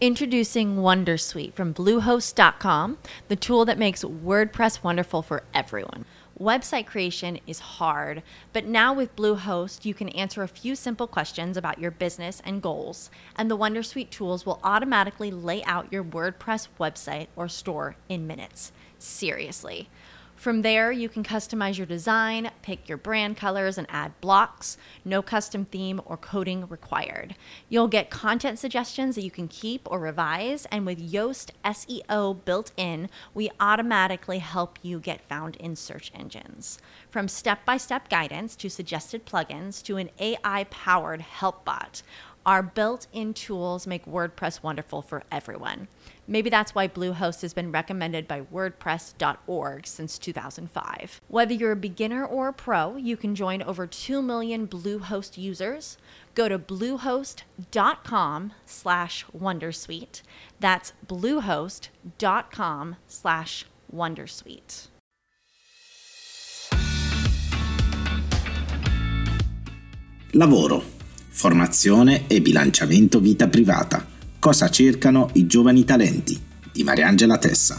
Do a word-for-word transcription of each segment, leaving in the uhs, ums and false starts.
Introducing Wondersuite from Bluehost dot com, the tool that makes WordPress wonderful for everyone. Website creation is hard, but now with Bluehost, you can answer a few simple questions about your business and goals, and the Wondersuite tools will automatically lay out your WordPress website or store in minutes. Seriously. From there, you can customize your design, pick your brand colors, and add blocks. No custom theme or coding required. You'll get content suggestions that you can keep or revise, and with Yoast S E O built in, we automatically help you get found in search engines. From step-by-step guidance to suggested plugins to an A I-powered help bot, our built-in tools make WordPress wonderful for everyone. Maybe that's why Bluehost has been recommended by WordPress dot org since two thousand five. Whether you're a beginner or a pro, you can join over two million Bluehost users. Go to bluehost dot com slash wondersuite. That's bluehost dot com slash wondersuite. Lavoro, formazione e bilanciamento vita privata. Cosa cercano i giovani talenti? Di Mariangela Tessa.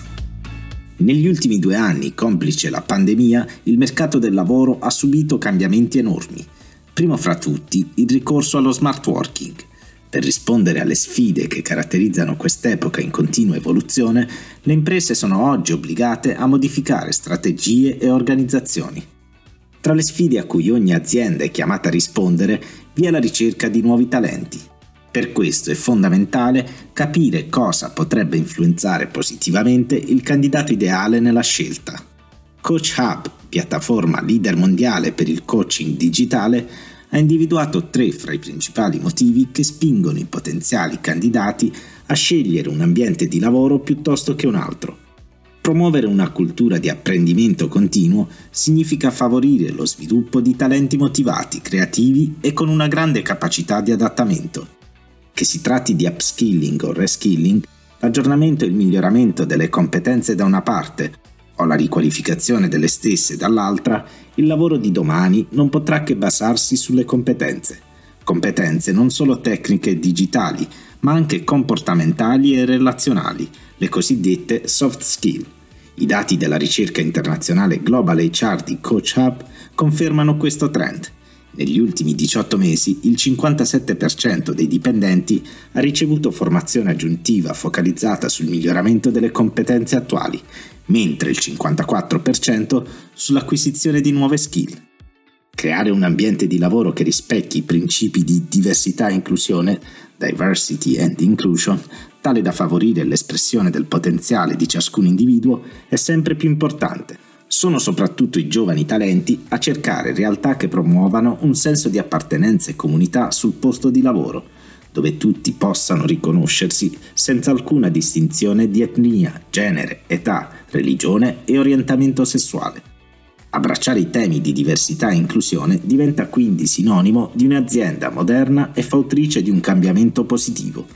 Negli ultimi due anni, complice la pandemia, il mercato del lavoro ha subito cambiamenti enormi. Primo fra tutti, il ricorso allo smart working. Per rispondere alle sfide che caratterizzano quest'epoca in continua evoluzione, le imprese sono oggi obbligate a modificare strategie e organizzazioni. Tra le sfide a cui ogni azienda è chiamata a rispondere vi è la ricerca di nuovi talenti. Per questo è fondamentale capire cosa potrebbe influenzare positivamente il candidato ideale nella scelta. Coach Hub, piattaforma leader mondiale per il coaching digitale, ha individuato tre fra i principali motivi che spingono i potenziali candidati a scegliere un ambiente di lavoro piuttosto che un altro. Promuovere una cultura di apprendimento continuo significa favorire lo sviluppo di talenti motivati, creativi e con una grande capacità di adattamento. Che si tratti di upskilling o reskilling, l'aggiornamento e il miglioramento delle competenze da una parte o la riqualificazione delle stesse dall'altra, il lavoro di domani non potrà che basarsi sulle competenze. Competenze non solo tecniche e digitali, ma anche comportamentali e relazionali, le cosiddette soft skill. I dati della ricerca internazionale Global H R di Coach Hub confermano questo trend. Negli ultimi diciotto mesi il cinquantasette per cento dei dipendenti ha ricevuto formazione aggiuntiva focalizzata sul miglioramento delle competenze attuali, mentre il cinquantaquattro per cento sull'acquisizione di nuove skill. Creare un ambiente di lavoro che rispecchi i principi di diversità e inclusione, diversity and inclusion, tale da favorire l'espressione del potenziale di ciascun individuo, è sempre più importante. Sono soprattutto i giovani talenti a cercare realtà che promuovano un senso di appartenenza e comunità sul posto di lavoro, dove tutti possano riconoscersi senza alcuna distinzione di etnia, genere, età, religione e orientamento sessuale. Abbracciare i temi di diversità e inclusione diventa quindi sinonimo di un'azienda moderna e fautrice di un cambiamento positivo.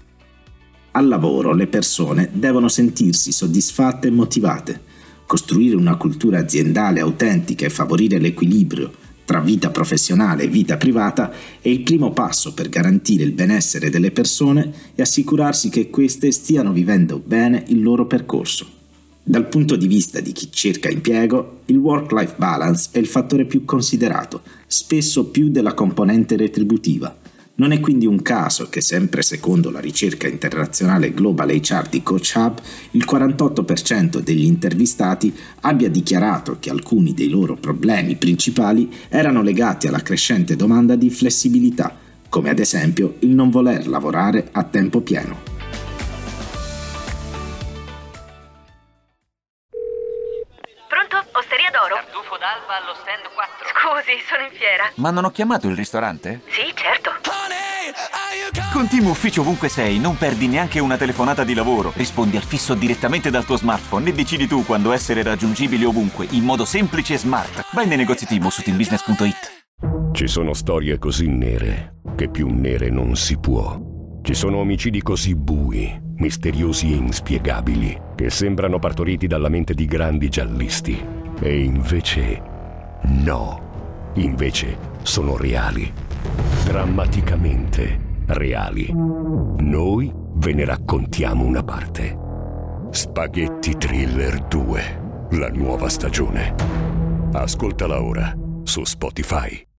Al lavoro le persone devono sentirsi soddisfatte e motivate. Costruire una cultura aziendale autentica e favorire l'equilibrio tra vita professionale e vita privata è il primo passo per garantire il benessere delle persone e assicurarsi che queste stiano vivendo bene il loro percorso. Dal punto di vista di chi cerca impiego, il work-life balance è il fattore più considerato, spesso più della componente retributiva. Non è quindi un caso che, sempre secondo la ricerca internazionale Global H R di Coach Hub, il quarantotto per cento degli intervistati abbia dichiarato che alcuni dei loro problemi principali erano legati alla crescente domanda di flessibilità, come ad esempio il non voler lavorare a tempo pieno. Pronto? Osteria d'Oro? Tartufo d'alba allo stand quattro. Scusi, sono in fiera. Ma non ho chiamato il ristorante? Sì, certo. Con Team Ufficio ovunque sei, non perdi neanche una telefonata di lavoro. Rispondi al fisso direttamente dal tuo smartphone e decidi tu quando essere raggiungibile ovunque, in modo semplice e smart. Vai nei negozi Team su team business punto it. Ci sono storie così nere che più nere non si può. Ci sono omicidi così bui, misteriosi e inspiegabili, che sembrano partoriti dalla mente di grandi giallisti. E invece no. Invece sono reali. Drammaticamente reali. Noi ve ne raccontiamo una parte. Spaghetti Thriller due, la nuova stagione. Ascoltala ora su Spotify.